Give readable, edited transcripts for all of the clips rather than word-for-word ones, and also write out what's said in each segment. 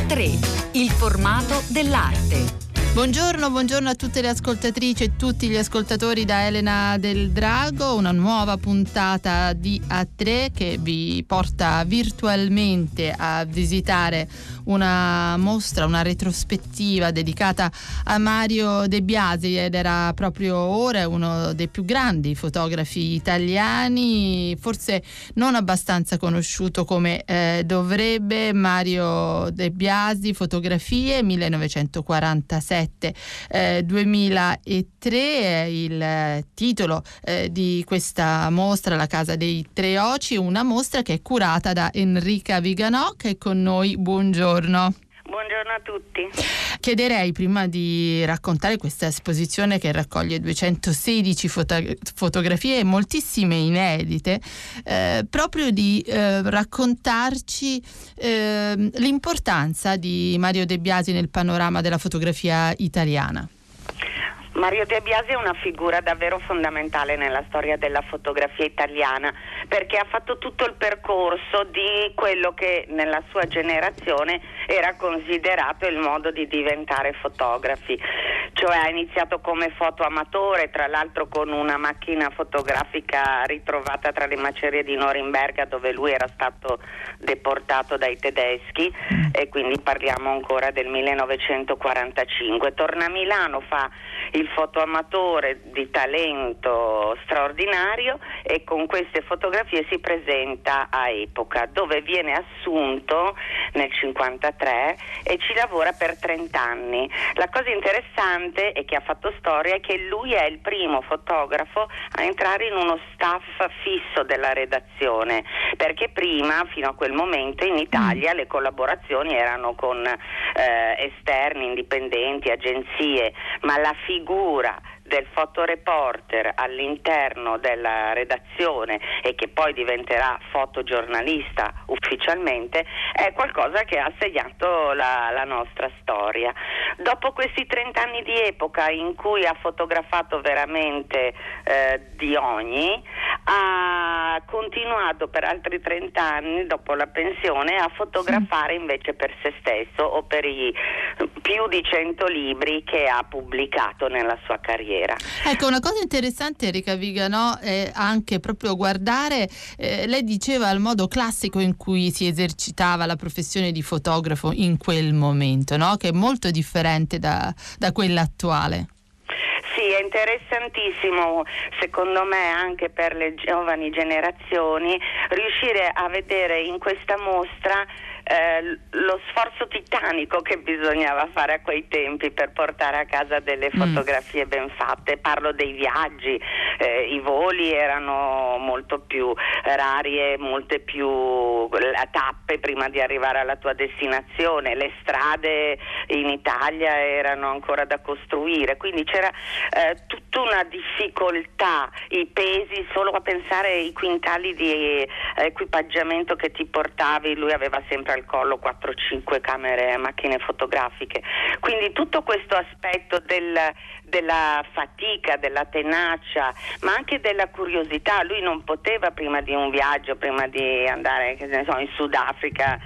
A3, il formato dell'arte. Buongiorno a tutte le ascoltatrici e tutti gli ascoltatori da Elena Del Drago, una nuova puntata di A3 che vi porta virtualmente a visitare una mostra, una retrospettiva dedicata a Mario De Biasi, ed era proprio ora uno dei più grandi fotografi italiani, forse non abbastanza conosciuto come dovrebbe. Mario De Biasi, fotografie 1947-2003 è il titolo di questa mostra, La Casa dei Tre Oci, una mostra che è curata da Enrica Viganò, che è con noi. Buongiorno. Buongiorno a tutti. Chiederei, prima di raccontare questa esposizione che raccoglie 216 fotografie e moltissime inedite, proprio di raccontarci l'importanza di Mario De Biasi nel panorama della fotografia italiana. Mario De Biasi è una figura davvero fondamentale nella storia della fotografia italiana, perché ha fatto tutto il percorso di quello che nella sua generazione era considerato il modo di diventare fotografi. Cioè ha iniziato come fotoamatore, tra l'altro con una macchina fotografica ritrovata tra le macerie di Norimberga, dove lui era stato deportato dai tedeschi, e quindi parliamo ancora del 1945. Torna a Milano, fa il fotoamatore di talento straordinario e con queste fotografie si presenta a Epoca, dove viene assunto nel 1953 e ci lavora per 30 anni. La cosa interessante e che ha fatto storia è che lui è il primo fotografo a entrare in uno staff fisso della redazione, perché prima, fino a quel momento, in Italia le collaborazioni erano con esterni, indipendenti, agenzie, ma la figura del fotoreporter all'interno della redazione, e che poi diventerà fotogiornalista ufficialmente, è qualcosa che ha segnato la nostra storia. Dopo questi 30 anni di Epoca in cui ha fotografato veramente di ogni, ha continuato per altri 30 anni dopo la pensione a fotografare invece per se stesso, o per i più di 100 libri che ha pubblicato nella sua carriera. Ecco, una cosa interessante, Enrica Viganò, è anche proprio guardare, lei diceva, il modo classico in cui si esercitava la professione di fotografo in quel momento, no? Che è molto differente da quella attuale. Sì, è interessantissimo, secondo me, anche per le giovani generazioni, riuscire a vedere in questa mostra lo sforzo titanico che bisognava fare a quei tempi per portare a casa delle fotografie ben fatte. Parlo dei viaggi, i voli erano molto più rari e molte più tappe prima di arrivare alla tua destinazione, le strade in Italia erano ancora da costruire, quindi c'era tutta una difficoltà, i pesi, solo a pensare ai quintali di equipaggiamento che ti portavi. Lui aveva sempre al collo 4-5 camere, macchine fotografiche, quindi tutto questo aspetto della fatica, della tenacia, ma anche della curiosità. Lui non poteva, prima di un viaggio, prima di andare, che ne so, in Sudafrica,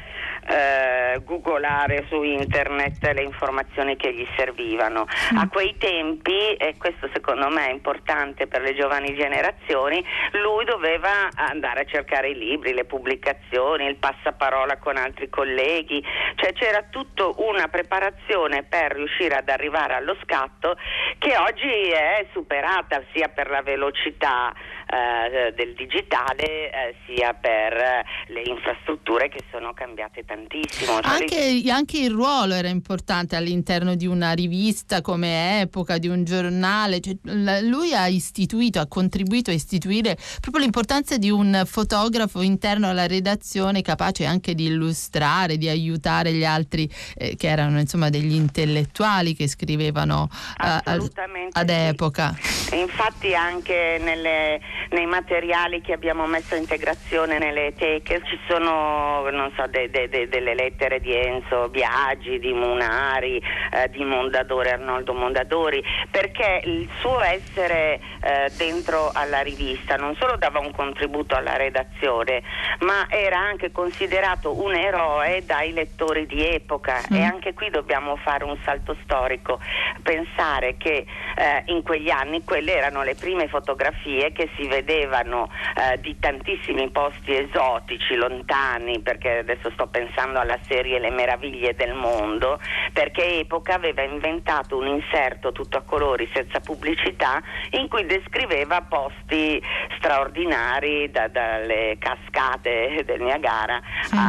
googolare su internet le informazioni che gli servivano. A quei tempi, e questo secondo me è importante per le giovani generazioni, lui doveva andare a cercare i libri, le pubblicazioni, il passaparola con altri colleghi, cioè c'era tutta una preparazione per riuscire ad arrivare allo scatto, che oggi è superata sia per la velocità del digitale, sia per le infrastrutture che sono cambiate tantissimo. Anche il ruolo era importante all'interno di una rivista come Epoca, di un giornale. Cioè, lui ha contribuito a istituire proprio l'importanza di un fotografo interno alla redazione, capace anche di illustrare, di aiutare gli altri che erano insomma degli intellettuali che scrivevano ad Epoca. Infatti anche nei materiali che abbiamo messo a integrazione nelle teche ci sono, non so, delle lettere di Enzo Biagi, di Munari, di Mondadori, Arnoldo Mondadori, perché il suo essere dentro alla rivista non solo dava un contributo alla redazione, ma era anche considerato un eroe dai lettori di epoca. E anche qui dobbiamo fare un salto storico, pensare che in quegli anni quelle erano le prime fotografie che si vedevano di tantissimi posti esotici, lontani, perché adesso sto pensando alla serie Le meraviglie del mondo, perché Epoca aveva inventato un inserto tutto a colori senza pubblicità in cui descriveva posti straordinari, dalle cascate del Niagara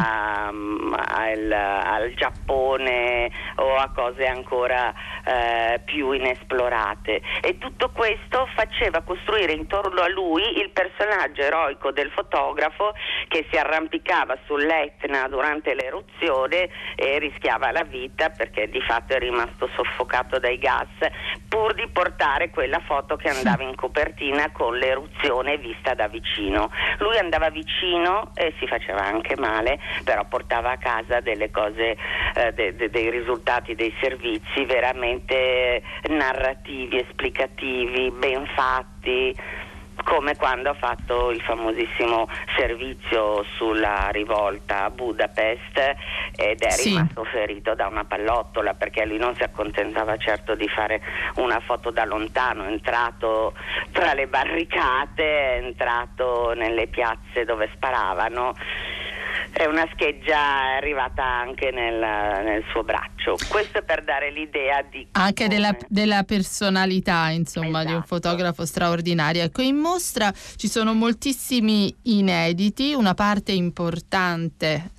al Giappone o a cose ancora più inesplorate, e tutto questo faceva costruire intorno a lui il personaggio eroico del fotografo che si arrampicava sull'Etna durante l'eruzione e rischiava la vita perché di fatto è rimasto soffocato dai gas pur di portare quella foto che andava in copertina con l'eruzione vista da vicino. Lui andava vicino e si faceva anche male, però portava a casa delle cose, dei risultati, dei servizi veramente narrativi, esplicativi, ben fatti, come quando ha fatto il famosissimo servizio sulla rivolta a Budapest ed è rimasto ferito da una pallottola, perché lui non si accontentava certo di fare una foto da lontano, è entrato tra le barricate, è entrato nelle piazze dove sparavano. È una scheggia arrivata anche nel suo braccio. Questo è per dare l'idea di anche della personalità, insomma, di un fotografo straordinario. Ecco, in mostra ci sono moltissimi inediti, una parte importante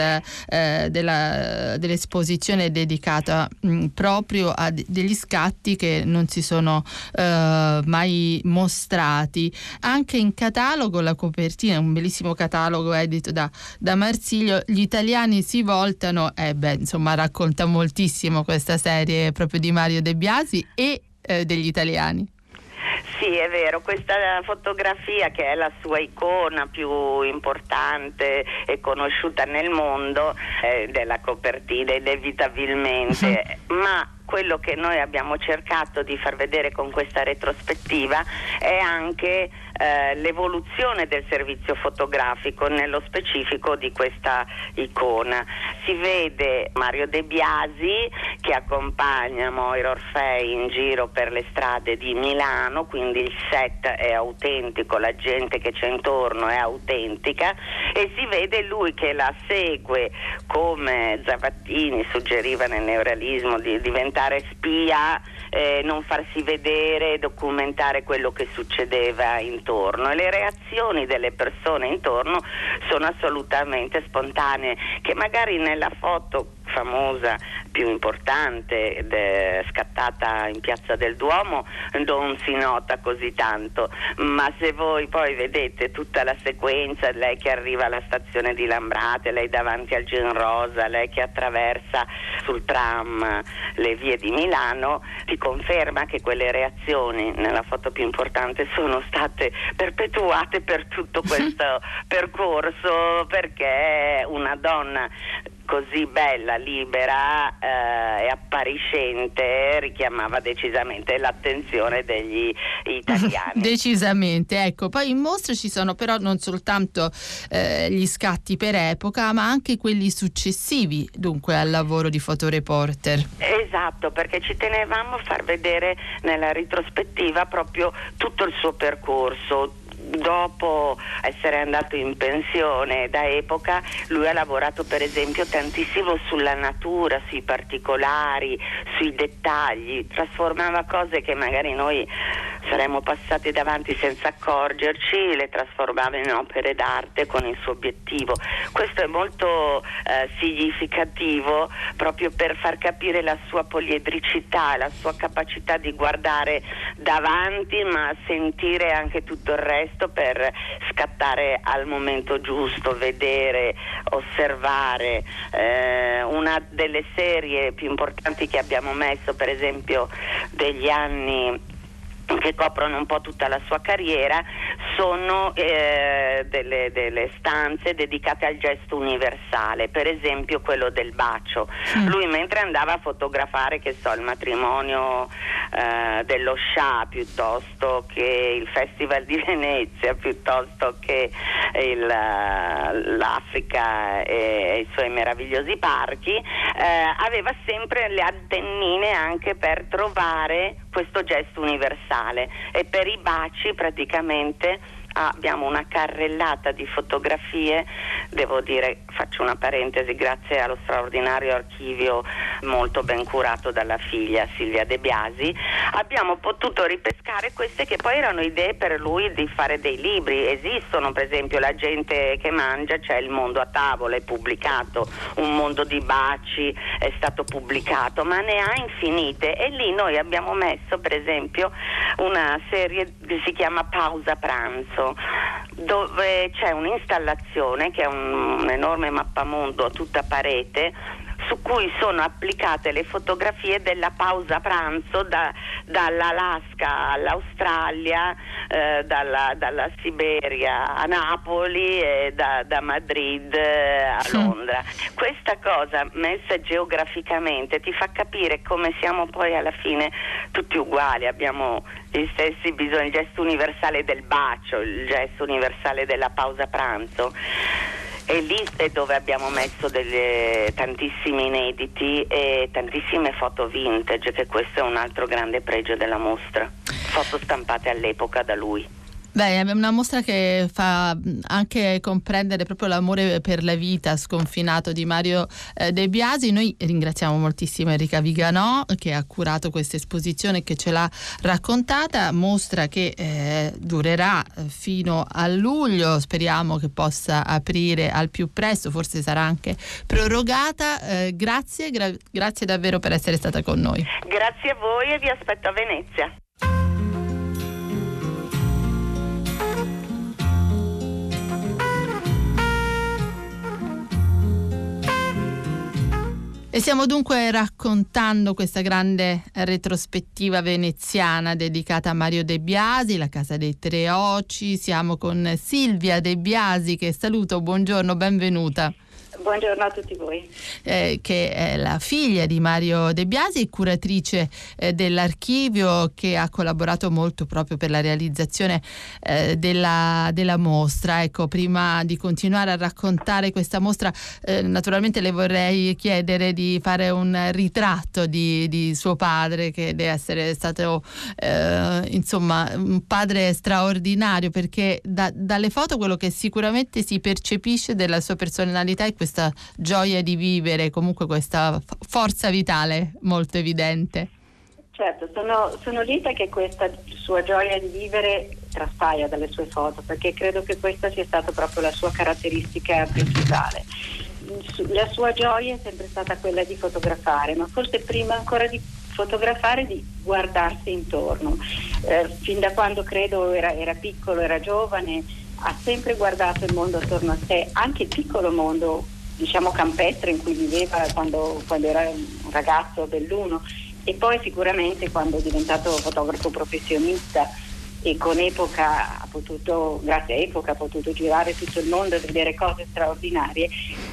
dell'esposizione è dedicata proprio a degli scatti che non si sono mai mostrati. Anche in catalogo, la copertina, un bellissimo catalogo edito da Marsilio, Gli italiani si voltano, insomma racconta moltissimo questa serie proprio di Mario De Biasi e degli italiani. Sì, è vero, questa fotografia che è la sua icona più importante e conosciuta nel mondo della copertina inevitabilmente, ma quello che noi abbiamo cercato di far vedere con questa retrospettiva è anche l'evoluzione del servizio fotografico, nello specifico di questa icona. Si vede Mario De Biasi che accompagna Moira Orfei in giro per le strade di Milano, quindi il set è autentico, la gente che c'è intorno è autentica, e si vede lui che la segue, come Zavattini suggeriva nel neorealismo, di diventare spia, non farsi vedere, documentare quello che succedeva intorno, e le reazioni delle persone intorno sono assolutamente spontanee, che magari nella foto famosa più importante scattata in Piazza del Duomo non si nota così tanto, ma se voi poi vedete tutta la sequenza, lei che arriva alla stazione di Lambrate, lei davanti al Gin Rosa, lei che attraversa sul tram le vie di Milano, ti conferma che quelle reazioni nella foto più importante sono state perpetuate per tutto questo percorso, perché una donna così bella, libera e appariscente richiamava decisamente l'attenzione degli italiani. Decisamente, ecco. Poi in mostra ci sono però non soltanto gli scatti per epoca, ma anche quelli successivi, dunque, al lavoro di fotoreporter. Esatto, perché ci tenevamo a far vedere nella retrospettiva proprio tutto il suo percorso. Dopo essere andato in pensione da Epoca, lui ha lavorato per esempio tantissimo sulla natura, sui particolari, sui dettagli, trasformava cose che magari noi saremmo passati davanti senza accorgerci, le trasformava in opere d'arte con il suo obiettivo. Questo è molto significativo, proprio per far capire la sua poliedricità, la sua capacità di guardare davanti ma sentire anche tutto il resto per scattare al momento giusto, vedere, osservare. Una delle serie più importanti che abbiamo messo, per esempio degli anni che coprono un po' tutta la sua carriera, sono delle stanze dedicate al gesto universale, per esempio quello del bacio. Lui, mentre andava a fotografare, che so, il matrimonio dello Shah, piuttosto che il Festival di Venezia, piuttosto che l'Africa e i suoi meravigliosi parchi, aveva sempre le antennine anche per trovare questo gesto universale, e per i baci praticamente abbiamo una carrellata di fotografie. Devo dire, faccio una parentesi, grazie allo straordinario archivio molto ben curato dalla figlia Silvia De Biasi, abbiamo potuto ripescare queste che poi erano idee per lui di fare dei libri. Esistono, per esempio, La gente che mangia, c'è Il mondo a tavola, è pubblicato, Un mondo di baci è stato pubblicato, ma ne ha infinite, e lì noi abbiamo messo, per esempio, una serie che si chiama Pausa pranzo, dove c'è un'installazione che è un enorme mappamondo a tutta parete, su cui sono applicate le fotografie della pausa pranzo dall'Alaska all'Australia, dalla Siberia a Napoli e da Madrid a Londra. Questa cosa messa geograficamente ti fa capire come siamo poi alla fine tutti uguali, abbiamo gli stessi bisogni, il gesto universale del bacio, il gesto universale della pausa pranzo. E lì è dove abbiamo messo tantissimi inediti e tantissime foto vintage, che questo è un altro grande pregio della mostra, foto stampate all'epoca da lui. Beh, è una mostra che fa anche comprendere proprio l'amore per la vita sconfinato di Mario De Biasi. Noi ringraziamo moltissimo Enrica Viganò, che ha curato questa esposizione e che ce l'ha raccontata, mostra che durerà fino a luglio, speriamo che possa aprire al più presto, forse sarà anche prorogata. Grazie davvero per essere stata con noi. Grazie a voi e vi aspetto a Venezia. E stiamo dunque raccontando questa grande retrospettiva veneziana dedicata a Mario De Biasi, la Casa dei Tre Oci. Siamo con Silvia De Biasi, che saluto, buongiorno, benvenuta. Buongiorno a tutti voi. Che è la figlia di Mario De Biasi, curatrice dell'archivio, che ha collaborato molto proprio per la realizzazione della mostra. Ecco, prima di continuare a raccontare questa mostra, naturalmente le vorrei chiedere di fare un ritratto di suo padre, che deve essere stato insomma un padre straordinario, perché dalle foto quello che sicuramente si percepisce della sua personalità è questa gioia di vivere, comunque questa forza vitale molto evidente. Certo, sono lieta che questa sua gioia di vivere traspaia dalle sue foto, perché credo che questa sia stata proprio la sua caratteristica principale. La sua gioia è sempre stata quella di fotografare, ma forse prima ancora di fotografare, di guardarsi intorno. Fin da quando credo era piccolo, era giovane, ha sempre guardato il mondo attorno a sé, anche il piccolo mondo, diciamo, campestre in cui viveva quando era un ragazzo belluno, e poi sicuramente quando è diventato fotografo professionista e con Epoca grazie a Epoca ha potuto girare tutto il mondo e vedere cose straordinarie.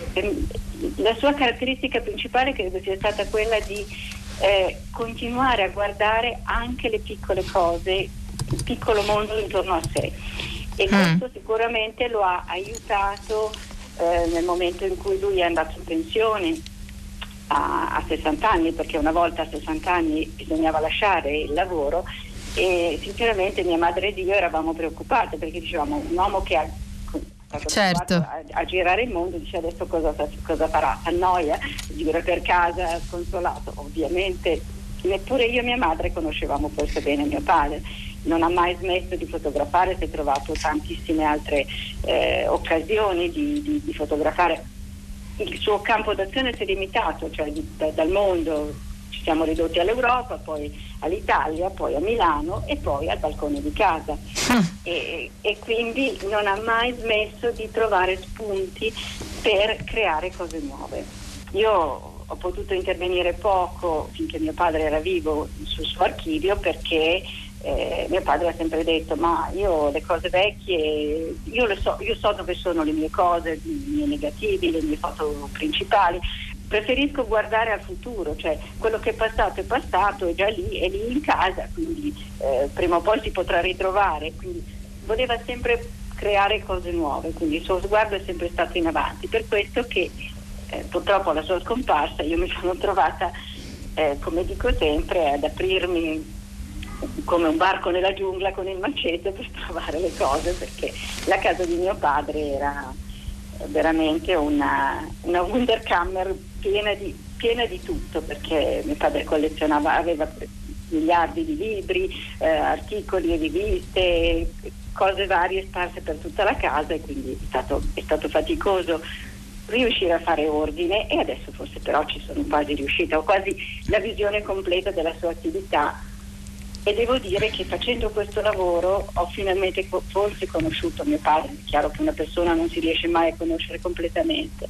La sua caratteristica principale credo sia stata quella di continuare a guardare anche le piccole cose, il piccolo mondo intorno a sé, e questo sicuramente lo ha aiutato nel momento in cui lui è andato in pensione a 60 anni, perché una volta a 60 anni bisognava lasciare il lavoro, e sinceramente mia madre ed io eravamo preoccupate, perché dicevamo, un uomo che ha certo a girare il mondo, dice adesso cosa farà? Annoia, gira per casa sconsolato. Ovviamente neppure io e mia madre conoscevamo forse bene mio padre, non ha mai smesso di fotografare, si è trovato tantissime altre occasioni di fotografare. Il suo campo d'azione si è limitato, cioè dal mondo ci siamo ridotti all'Europa, poi all'Italia, poi a Milano e poi al balcone di casa. E quindi non ha mai smesso di trovare spunti per creare cose nuove. Io ho potuto intervenire poco finché mio padre era vivo sul suo archivio, perché Mio padre ha sempre detto: ma io le cose vecchie, io so dove sono le mie cose, i miei negativi, le mie foto principali. Preferisco guardare al futuro, cioè quello che è passato, è già lì, è lì in casa, quindi prima o poi si potrà ritrovare. Quindi voleva sempre creare cose nuove, quindi il suo sguardo è sempre stato in avanti. Per questo che purtroppo alla sua scomparsa io mi sono trovata, come dico sempre, ad aprirmi come un barco nella giungla con il macete per trovare le cose, perché la casa di mio padre era veramente una Wunderkammer piena di tutto, perché mio padre aveva miliardi di libri, articoli e riviste, cose varie sparse per tutta la casa, e quindi è stato faticoso riuscire a fare ordine, e adesso forse però ci sono quasi riuscita, ho quasi la visione completa della sua attività. E devo dire che facendo questo lavoro ho finalmente forse conosciuto mio padre. È chiaro che una persona non si riesce mai a conoscere completamente,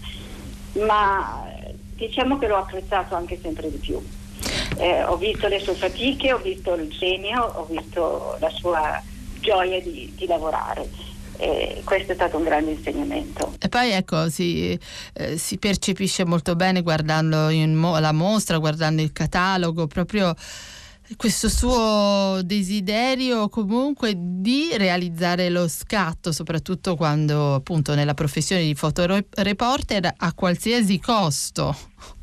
ma diciamo che l'ho apprezzato anche sempre di più. Ho visto le sue fatiche, ho visto il genio, ho visto la sua gioia di lavorare. Questo è stato un grande insegnamento. E poi ecco, si percepisce molto bene guardando la mostra, guardando il catalogo, proprio questo suo desiderio comunque di realizzare lo scatto, soprattutto quando appunto nella professione di fotoreporter, a qualsiasi costo.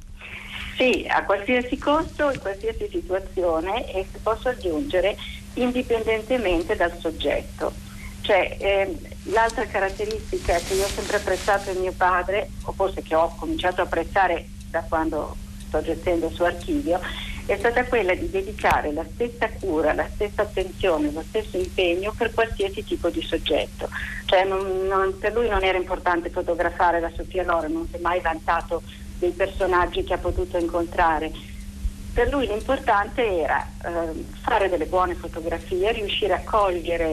Sì, a qualsiasi costo, in qualsiasi situazione, e se posso aggiungere, indipendentemente dal soggetto. Cioè, l'altra caratteristica che io ho sempre apprezzato in mio padre, o forse che ho cominciato a apprezzare da quando sto gestendo il suo archivio, è stata quella di dedicare la stessa cura, la stessa attenzione, lo stesso impegno per qualsiasi tipo di soggetto. Cioè per lui non era importante fotografare la Sofia Loren, non si è mai vantato dei personaggi che ha potuto incontrare. Per lui l'importante era fare delle buone fotografie, riuscire a cogliere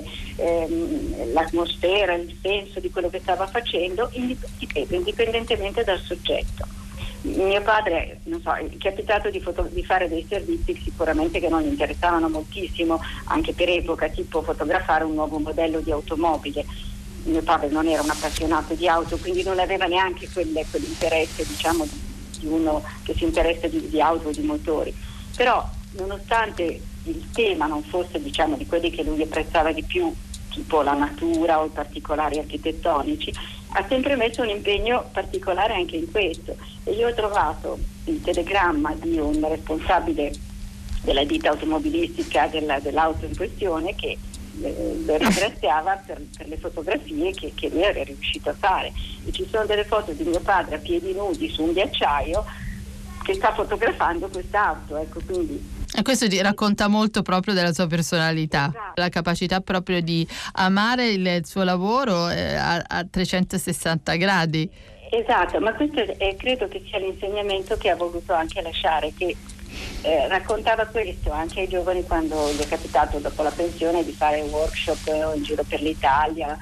l'atmosfera, il senso di quello che stava facendo, indipendentemente dal soggetto. Mio padre, non so, è capitato di fare dei servizi sicuramente che non gli interessavano moltissimo, anche per epoca, tipo fotografare un nuovo modello di automobile. Mio padre non era un appassionato di auto, quindi non aveva neanche quell'interesse, diciamo, di uno che si interessa di auto o di motori. Però, nonostante il tema non fosse, diciamo, di quelli che lui apprezzava di più, tipo la natura o i particolari architettonici, ha sempre messo un impegno particolare anche in questo. E io ho trovato il telegramma di un responsabile della ditta automobilistica dell'auto in questione che lo ringraziava per le fotografie che lui era riuscito a fare. E ci sono delle foto di mio padre a piedi nudi su un ghiacciaio che sta fotografando quest'auto, ecco, quindi. E questo racconta molto proprio della sua personalità, esatto. La capacità proprio di amare il suo lavoro a 360 gradi. Esatto, ma questo credo che sia l'insegnamento che ha voluto anche lasciare, che raccontava questo anche ai giovani quando gli è capitato dopo la pensione di fare workshop in giro per l'Italia.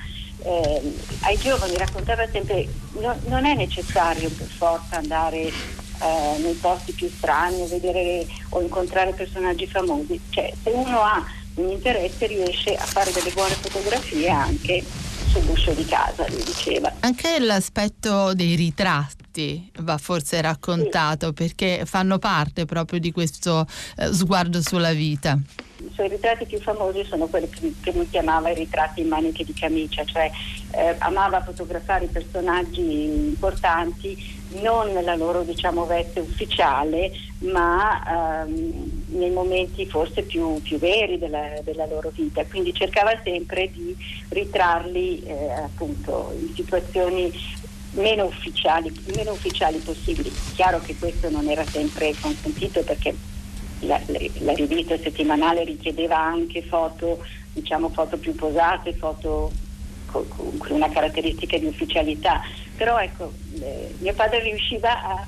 Ai giovani raccontava sempre: non è necessario per forza andare nei posti più strani, vedere o incontrare personaggi famosi. Cioè, se uno ha un interesse riesce a fare delle buone fotografie anche sull'uscio di casa, lui diceva. Anche l'aspetto dei ritratti va forse raccontato, sì, perché fanno parte proprio di questo sguardo sulla vita. I suoi ritratti più famosi sono quelli che lui chiamava i ritratti in maniche di camicia, cioè amava fotografare i personaggi importanti non nella loro, diciamo, veste ufficiale, ma nei momenti forse più veri della loro vita. Quindi cercava sempre di ritrarli appunto in situazioni meno ufficiali possibili. Chiaro che questo non era sempre consentito, perché la rivista settimanale richiedeva anche foto più posate, foto con una caratteristica di ufficialità. Però ecco, mio padre riusciva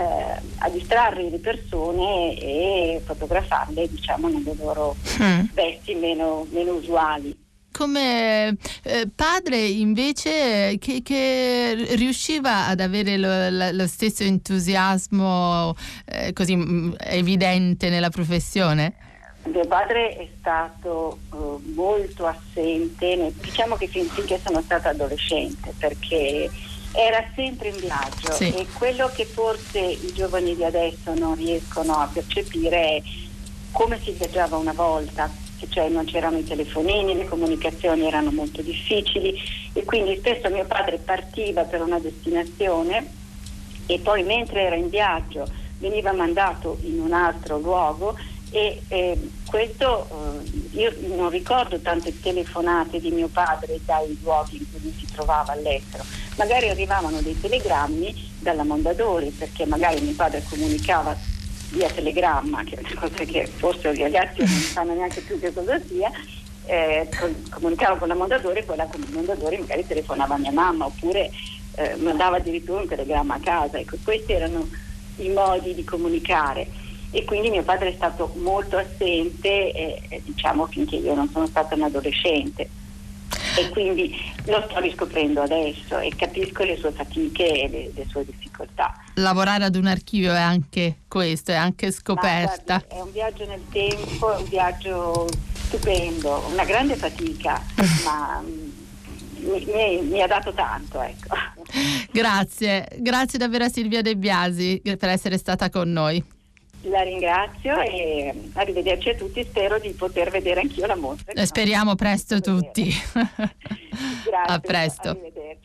a distrarre le persone e fotografarle, diciamo, nelle loro vesti meno usuali. Come padre invece che riusciva ad avere lo stesso entusiasmo così evidente nella professione? Mio padre è stato molto assente, diciamo che finché sono stata adolescente, perché era sempre in viaggio, sì. E quello che forse i giovani di adesso non riescono a percepire è come si viaggiava una volta, cioè non c'erano i telefonini, le comunicazioni erano molto difficili, e quindi spesso mio padre partiva per una destinazione e poi mentre era in viaggio veniva mandato in un altro luogo, e questo io non ricordo tante telefonate di mio padre dai luoghi in cui lui si trovava all'estero. Magari arrivavano dei telegrammi dalla Mondadori, perché magari mio padre comunicava via telegramma, che è una cosa che forse i ragazzi non sanno neanche più che cosa sia, comunicava con la Mondadori, e poi la Mondadori magari telefonava a mia mamma, oppure mandava addirittura un telegramma a casa. Ecco, questi erano i modi di comunicare, e quindi mio padre è stato molto assente, diciamo finché io non sono stata un'adolescente, e quindi lo sto riscoprendo adesso e capisco le sue fatiche e le sue difficoltà. Lavorare ad un archivio è anche questo, è anche scoperta. Guardi, è un viaggio nel tempo, è un viaggio stupendo, una grande fatica, ma mi ha dato tanto, ecco. Grazie davvero a Silvia De Biasi per essere stata con noi. La ringrazio e arrivederci a tutti, spero di poter vedere anch'io la mostra. Speriamo presto tutti. Grazie, a presto. Arrivederci.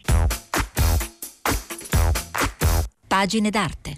Pagine d'arte.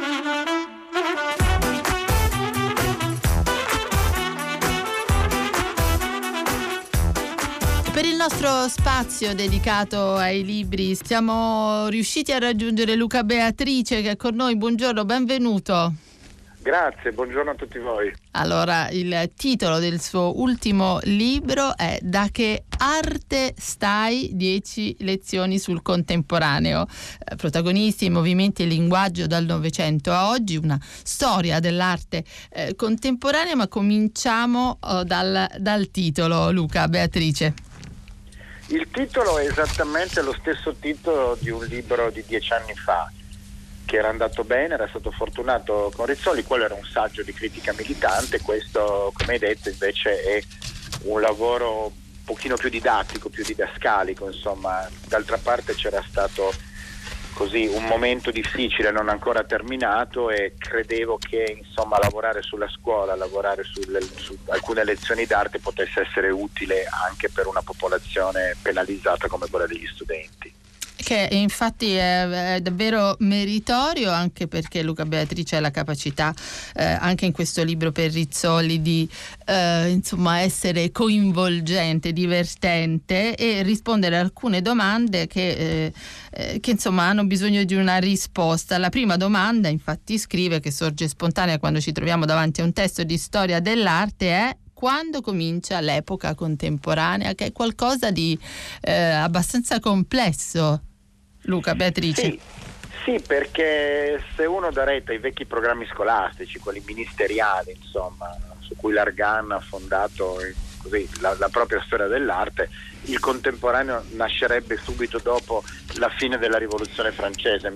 Per il nostro spazio dedicato ai libri siamo riusciti a raggiungere Luca Beatrice, che è con noi. Buongiorno, benvenuto. Grazie, buongiorno a tutti voi. Allora, il titolo del suo ultimo libro è Da che arte stai? 10 lezioni sul contemporaneo. Protagonisti, movimenti e linguaggio dal Novecento a oggi, una storia dell'arte contemporanea, ma cominciamo dal titolo, Luca Beatrice. Il titolo è esattamente lo stesso titolo di un libro di 10 anni fa, che era andato bene, era stato fortunato con Rizzoli. Quello era un saggio di critica militante, questo, come hai detto, invece è un lavoro un pochino più didattico, più didascalico, insomma. D'altra parte c'era stato così un momento difficile non ancora terminato, e credevo che insomma lavorare sulla scuola, lavorare su alcune lezioni d'arte potesse essere utile anche per una popolazione penalizzata come quella degli studenti. Che infatti è davvero meritorio, anche perché Luca Beatrice ha la capacità anche in questo libro per Rizzoli di insomma essere coinvolgente, divertente e rispondere a alcune domande che insomma hanno bisogno di una risposta. La prima domanda, infatti, scrive, che sorge spontanea quando ci troviamo davanti a un testo di storia dell'arte, è: quando comincia l'epoca contemporanea? Che è qualcosa di abbastanza complesso, Luca Beatrice. Sì, perché se uno dà retta ai vecchi programmi scolastici, quelli ministeriali, insomma, su cui l'Argan ha fondato così la propria storia dell'arte, il contemporaneo nascerebbe subito dopo la fine della Rivoluzione francese,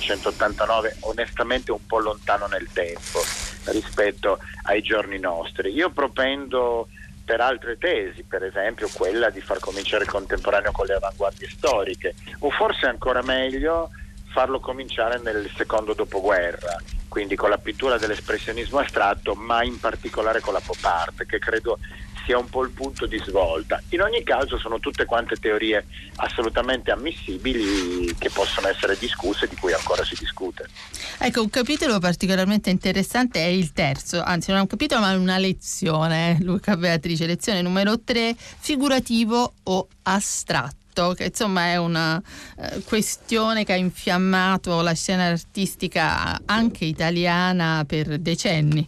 1789, onestamente un po' lontano nel tempo rispetto ai giorni nostri. Io propendo per altre tesi, per esempio quella di far cominciare il contemporaneo con le avanguardie storiche, o forse ancora meglio farlo cominciare nel secondo dopoguerra, quindi con la pittura dell'espressionismo astratto, ma in particolare con la pop art, che credo sia un po' il punto di svolta. In ogni caso sono tutte quante teorie assolutamente ammissibili, che possono essere discusse, di cui ancora si discute. Ecco, un capitolo particolarmente interessante è il terzo, anzi non è un capitolo ma una lezione, Luca Beatrice, lezione numero 3, figurativo o astratto, che insomma è una questione che ha infiammato la scena artistica anche italiana per decenni.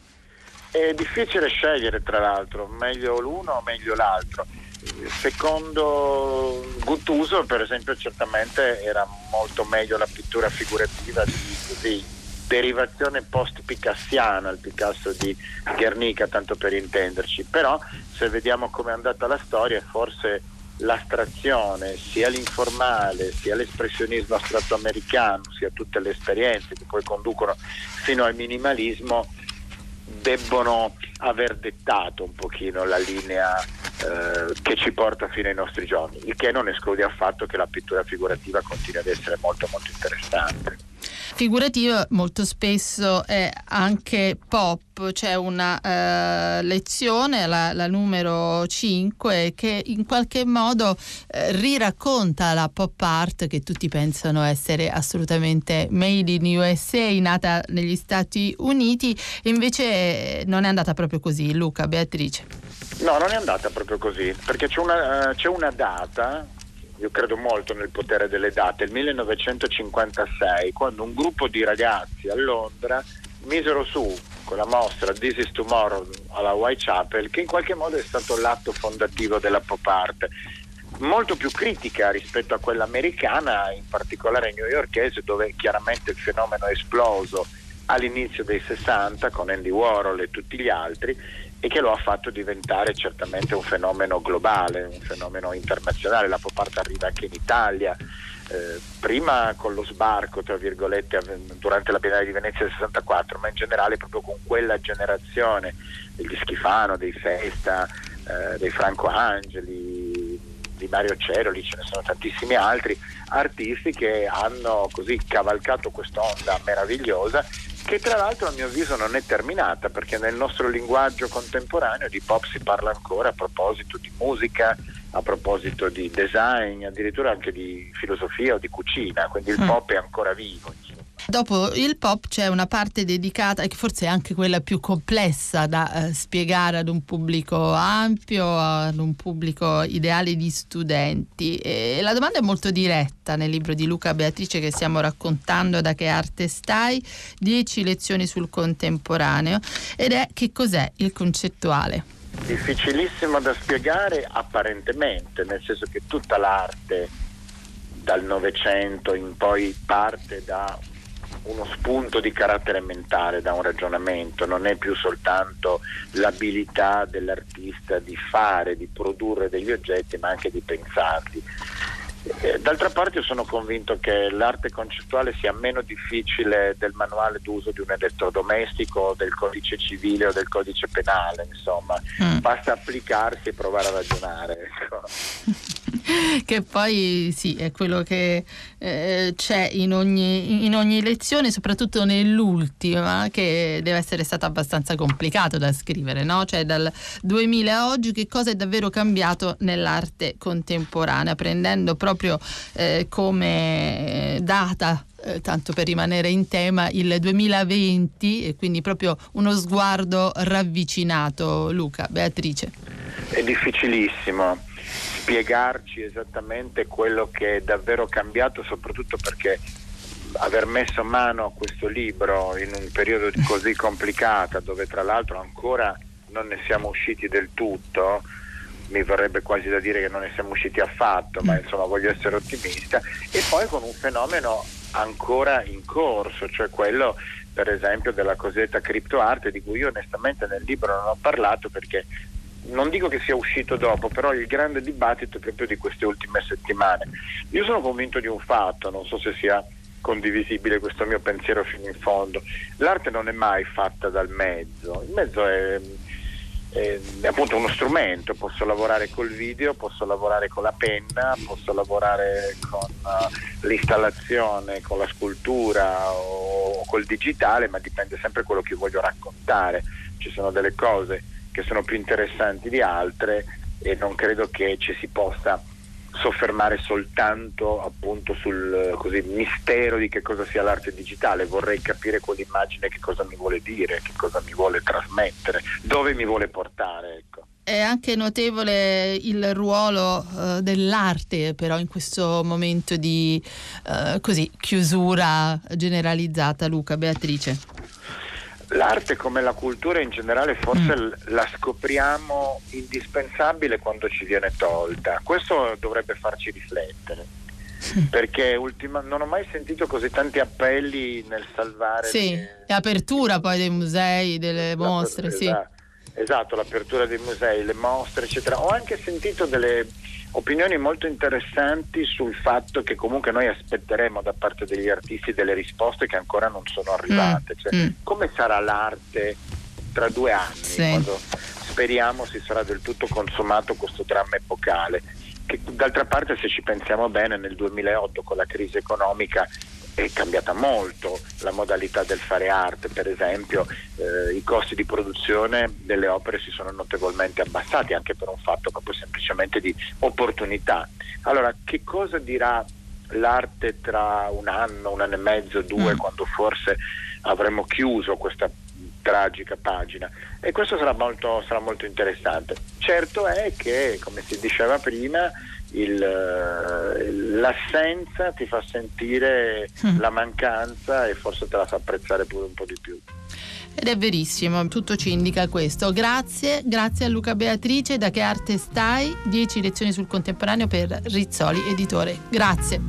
È difficile scegliere, tra l'altro, meglio l'uno o meglio l'altro. Secondo Guttuso, per esempio, certamente era molto meglio la pittura figurativa di derivazione post-picassiana, il Picasso di Guernica, tanto per intenderci. Però se vediamo come è andata la storia, forse l'astrazione, sia l'informale, sia l'espressionismo astratto americano, sia tutte le esperienze che poi conducono fino al minimalismo, debbono aver dettato un pochino la linea che ci porta fino ai nostri giorni, il che non esclude affatto che la pittura figurativa continui ad essere molto molto interessante. Figurativa molto spesso è anche pop. C'è una lezione, la numero 5, che in qualche modo riracconta la pop art che tutti pensano essere assolutamente made in USA, nata negli Stati Uniti, e invece non è andata proprio così. Luca, Beatrice. No, non è andata proprio così, perché c'è una data. Io credo molto nel potere delle date. Il 1956, quando un gruppo di ragazzi a Londra misero su con la mostra This is Tomorrow alla Whitechapel, che in qualche modo è stato l'atto fondativo della pop art, molto più critica rispetto a quella americana, in particolare newyorkese, dove chiaramente il fenomeno è esploso all'inizio dei 60 con Andy Warhol e tutti gli altri, e che lo ha fatto diventare certamente un fenomeno globale, un fenomeno internazionale. La pop art arriva anche in Italia, prima con lo sbarco, tra virgolette, durante la Biennale di Venezia del 64, ma in generale proprio con quella generazione degli Schifano, dei Festa, dei Franco Angeli, di Mario Ceroli, ce ne sono tantissimi altri artisti che hanno così cavalcato quest'onda meravigliosa, che tra l'altro a mio avviso non è terminata, perché nel nostro linguaggio contemporaneo di pop si parla ancora a proposito di musica, a proposito di design, addirittura anche di filosofia o di cucina, quindi il pop è ancora vivo, insomma. Dopo il pop c'è una parte dedicata, che forse è anche quella più complessa da spiegare ad un pubblico ampio, ad un pubblico ideale di studenti. E la domanda è molto diretta nel libro di Luca, Beatrice, che stiamo raccontando Da che arte stai? 10 lezioni sul contemporaneo, ed è: che cos'è il concettuale? Difficilissimo da spiegare apparentemente, nel senso che tutta l'arte dal Novecento in poi parte da uno spunto di carattere mentale, da un ragionamento, non è più soltanto l'abilità dell'artista di fare, di produrre degli oggetti, ma anche di pensarli. D'altra parte io sono convinto che l'arte concettuale sia meno difficile del manuale d'uso di un elettrodomestico, del codice civile o del codice penale, insomma, basta applicarsi e provare a ragionare, ecco. Che poi sì, è quello che c'è in ogni lezione, soprattutto nell'ultima, che deve essere stato abbastanza complicato da scrivere, no? Cioè dal 2000 a oggi che cosa è davvero cambiato nell'arte contemporanea, prendendo proprio come data, tanto per rimanere in tema, il 2020, e quindi proprio uno sguardo ravvicinato. Luca, Beatrice. È difficilissimo spiegarci esattamente quello che è davvero cambiato, soprattutto perché aver messo mano a questo libro in un periodo così complicato, dove tra l'altro ancora non ne siamo usciti del tutto, mi verrebbe quasi da dire che non ne siamo usciti affatto, ma insomma voglio essere ottimista, e poi con un fenomeno ancora in corso, cioè quello per esempio della cosiddetta criptoarte, di cui io onestamente nel libro non ho parlato, perché non dico che sia uscito dopo, però il grande dibattito è proprio di queste ultime settimane. Io sono convinto di un fatto, non so se sia condivisibile questo mio pensiero fino in fondo: l'arte non è mai fatta dal mezzo, il mezzo è appunto uno strumento. Posso lavorare col video, posso lavorare con la penna, posso lavorare con l'installazione, con la scultura o col digitale, ma dipende sempre quello che voglio raccontare. Ci sono delle cose che sono più interessanti di altre e non credo che ci si possa soffermare soltanto appunto sul così mistero di che cosa sia l'arte digitale. Vorrei capire quell'immagine che cosa mi vuole dire, che cosa mi vuole trasmettere, dove mi vuole portare, ecco. È anche notevole il ruolo dell'arte però in questo momento di così chiusura generalizzata. Luca, Beatrice. L'arte, come la cultura in generale, forse la scopriamo indispensabile quando ci viene tolta. Questo dovrebbe farci riflettere, perché non ho mai sentito così tanti appelli nel salvare l'apertura poi dei musei, delle mostre. Esatto, l'apertura dei musei, le mostre eccetera. Ho anche sentito delle opinioni molto interessanti sul fatto che comunque noi aspetteremo da parte degli artisti delle risposte che ancora non sono arrivate, cioè come sarà l'arte tra 2 anni, sì, quando speriamo si sarà del tutto consumato questo dramma epocale, che d'altra parte, se ci pensiamo bene, nel 2008 con la crisi economica è cambiata molto la modalità del fare arte. Per esempio i costi di produzione delle opere si sono notevolmente abbassati, anche per un fatto proprio semplicemente di opportunità. Allora, che cosa dirà l'arte tra un anno e mezzo, 2, quando forse avremo chiuso questa tragica pagina? E questo sarà molto interessante. Certo è che, come si diceva prima, l'assenza ti fa sentire la mancanza e forse te la fa apprezzare pure un po' di più. Ed è verissimo, tutto ci indica questo. Grazie a Luca Beatrice. Da Che arte stai? 10 lezioni sul contemporaneo per Rizzoli Editore. Grazie.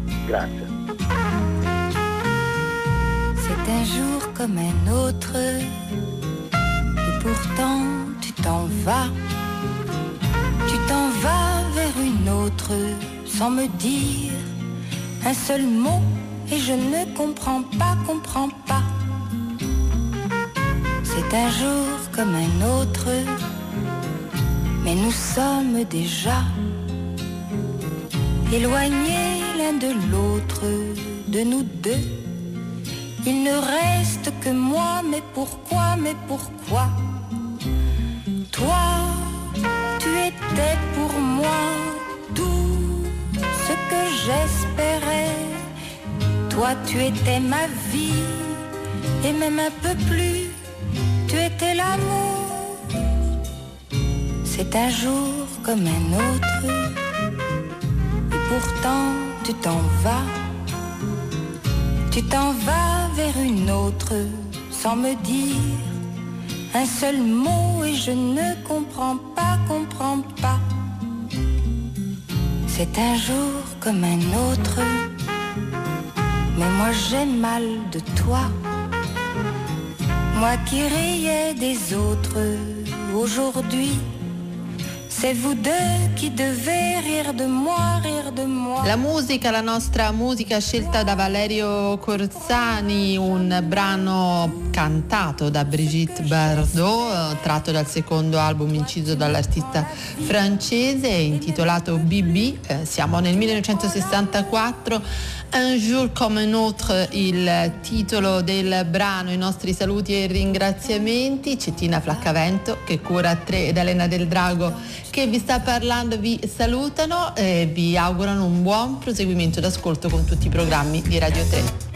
C'est un jour comme un autre, et pourtant tu t'en vas. Tu t'en vas vers une autre, sans me dire un seul mot, et je ne comprends pas. C'est un jour comme un autre, mais nous sommes déjà éloignés l'un de l'autre, de nous deux. Il ne reste que moi, mais pourquoi? Toi, tu étais pour moi tout ce que j'espérais. Toi, tu étais ma vie, et même un peu plus, tu étais l'amour. C'est un jour comme un autre, et pourtant tu t'en vas. Tu t'en vas vers une autre, sans me dire un seul mot, et je ne comprends pas. C'est un jour comme un autre, mais moi j'ai mal de toi. Moi qui riais des autres, aujourd'hui c'est vous deux qui devez rire de moi. La musica, la nostra musica scelta da Valerio Corzani, un brano cantato da Brigitte Bardot, tratto dal secondo album inciso dall'artista francese, intitolato BB. Siamo nel 1964. Un jour comme un autre, il titolo del brano. I nostri saluti e ringraziamenti. Cettina Flaccavento, che cura 3, ed Elena Del Drago, che vi sta parlando, vi salutano e vi augurano un buon proseguimento d'ascolto con tutti i programmi di Radio 3.